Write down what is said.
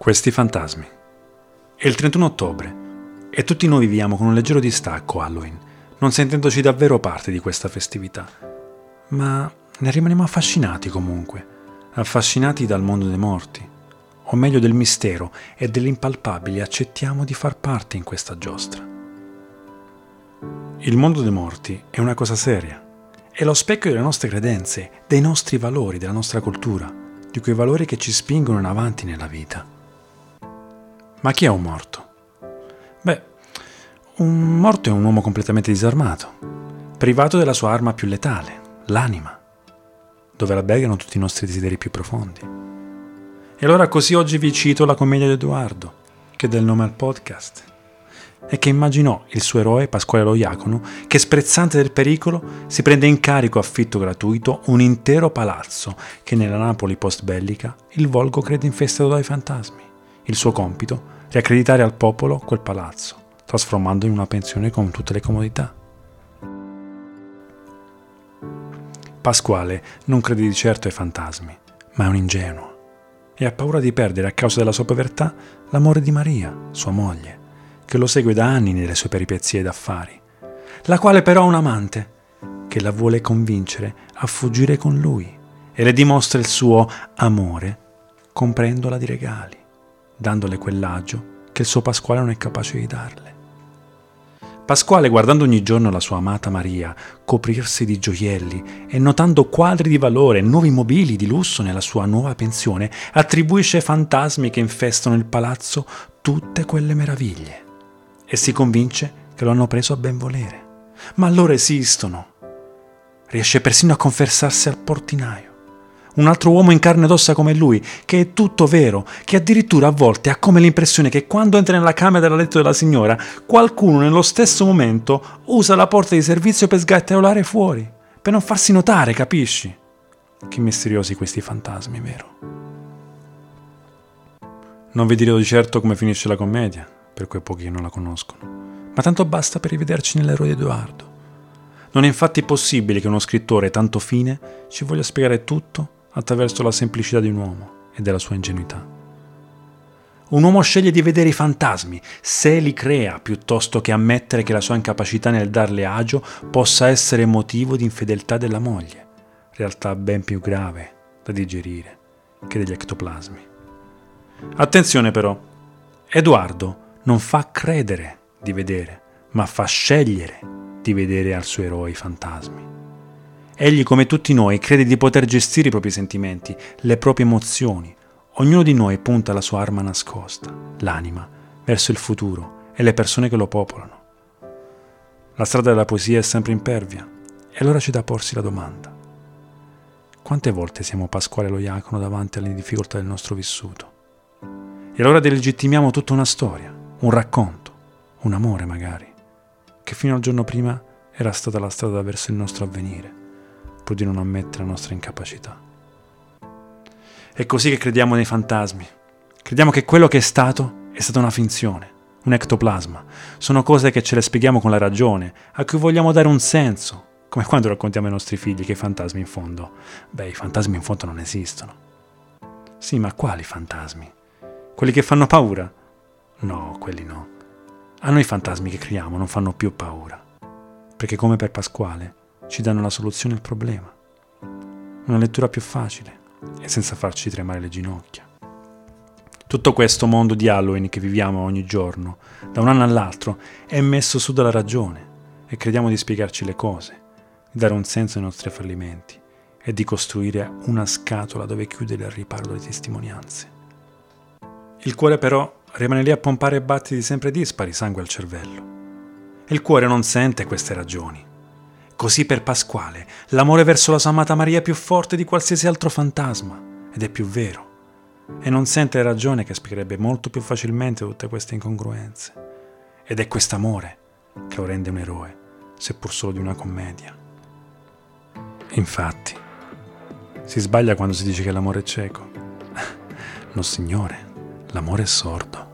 Questi fantasmi. È il 31 ottobre e tutti noi viviamo con un leggero distacco Halloween, non sentendoci davvero parte di questa festività. Ma ne rimaniamo affascinati comunque, affascinati dal mondo dei morti, o meglio del mistero e dell'impalpabile accettiamo di far parte in questa giostra. Il mondo dei morti è una cosa seria, è lo specchio delle nostre credenze, dei nostri valori, della nostra cultura, di quei valori che ci spingono in avanti nella vita. Ma chi è un morto? Un morto è un uomo completamente disarmato, privato della sua arma più letale, l'anima, dove albergano tutti i nostri desideri più profondi. E allora così oggi vi cito la commedia di Edoardo, che dà il nome al podcast, e che immaginò il suo eroe Pasquale lo Diacono che, sprezzante del pericolo, si prende in carico a affitto gratuito un intero palazzo che nella Napoli post-bellica il volgo crede infestato dai fantasmi. Il suo compito: riaccreditare al popolo quel palazzo, trasformando in una pensione con tutte le comodità. Pasquale non crede di certo ai fantasmi, ma è un ingenuo e ha paura di perdere, a causa della sua povertà, l'amore di Maria, sua moglie, che lo segue da anni nelle sue peripezie d'affari, la quale però ha un amante che la vuole convincere a fuggire con lui e le dimostra il suo amore comprendola di regali, dandole quell'agio che il suo Pasquale non è capace di darle. Pasquale, guardando ogni giorno la sua amata Maria coprirsi di gioielli e notando quadri di valore e nuovi mobili di lusso nella sua nuova pensione, attribuisce ai fantasmi che infestano il palazzo tutte quelle meraviglie e si convince che lo hanno preso a ben volere. Ma loro esistono. Riesce persino a confessarsi al portinaio, un altro uomo in carne ed ossa come lui, che è tutto vero, che addirittura a volte ha come l'impressione che quando entra nella camera da letto della signora, qualcuno nello stesso momento usa la porta di servizio per sgattaiolare fuori, per non farsi notare, capisci? Che misteriosi questi fantasmi, vero? Non vi dirò di certo come finisce la commedia, per quei pochi che non la conoscono, ma tanto basta per rivederci nell'eroe di Edoardo. Non è infatti possibile che uno scrittore tanto fine ci voglia spiegare tutto attraverso la semplicità di un uomo e della sua ingenuità. Un uomo sceglie di vedere i fantasmi, se li crea, piuttosto che ammettere che la sua incapacità nel darle agio possa essere motivo di infedeltà della moglie, realtà ben più grave da digerire che degli ectoplasmi. Attenzione però, Edoardo non fa credere di vedere, ma fa scegliere di vedere al suo eroe i fantasmi. Egli, come tutti noi, crede di poter gestire i propri sentimenti, le proprie emozioni. Ognuno di noi punta la sua arma nascosta, l'anima, verso il futuro e le persone che lo popolano. La strada della poesia è sempre impervia, e allora c'è da porsi la domanda: quante volte siamo Pasquale lo Diacono davanti alle difficoltà del nostro vissuto? E allora delegittimiamo tutta una storia, un racconto, un amore magari, che fino al giorno prima era stata la strada verso il nostro avvenire, pur di non ammettere la nostra incapacità. È così che crediamo nei fantasmi. Crediamo che quello che è stata una finzione, un ectoplasma. Sono cose che ce le spieghiamo con la ragione, a cui vogliamo dare un senso, come quando raccontiamo ai nostri figli che i fantasmi in fondo... i fantasmi in fondo non esistono. Sì, ma quali fantasmi? Quelli che fanno paura? No, quelli no. A noi i fantasmi che creiamo non fanno più paura, perché come per Pasquale ci danno la soluzione al problema, una lettura più facile e senza farci tremare le ginocchia. Tutto questo mondo di Halloween che viviamo ogni giorno, da un anno all'altro, è messo su dalla ragione e crediamo di spiegarci le cose, di dare un senso ai nostri fallimenti e di costruire una scatola dove chiudere al riparo delle testimonianze. Il cuore però rimane lì a pompare battiti sempre dispari sangue al cervello. E il cuore non sente queste ragioni. Così per Pasquale l'amore verso la sua amata Maria è più forte di qualsiasi altro fantasma, ed è più vero, e non sente la ragione che spiegherebbe molto più facilmente tutte queste incongruenze. Ed è quest'amore che lo rende un eroe, seppur solo di una commedia. Infatti, si sbaglia quando si dice che l'amore è cieco. No, signore, l'amore è sordo.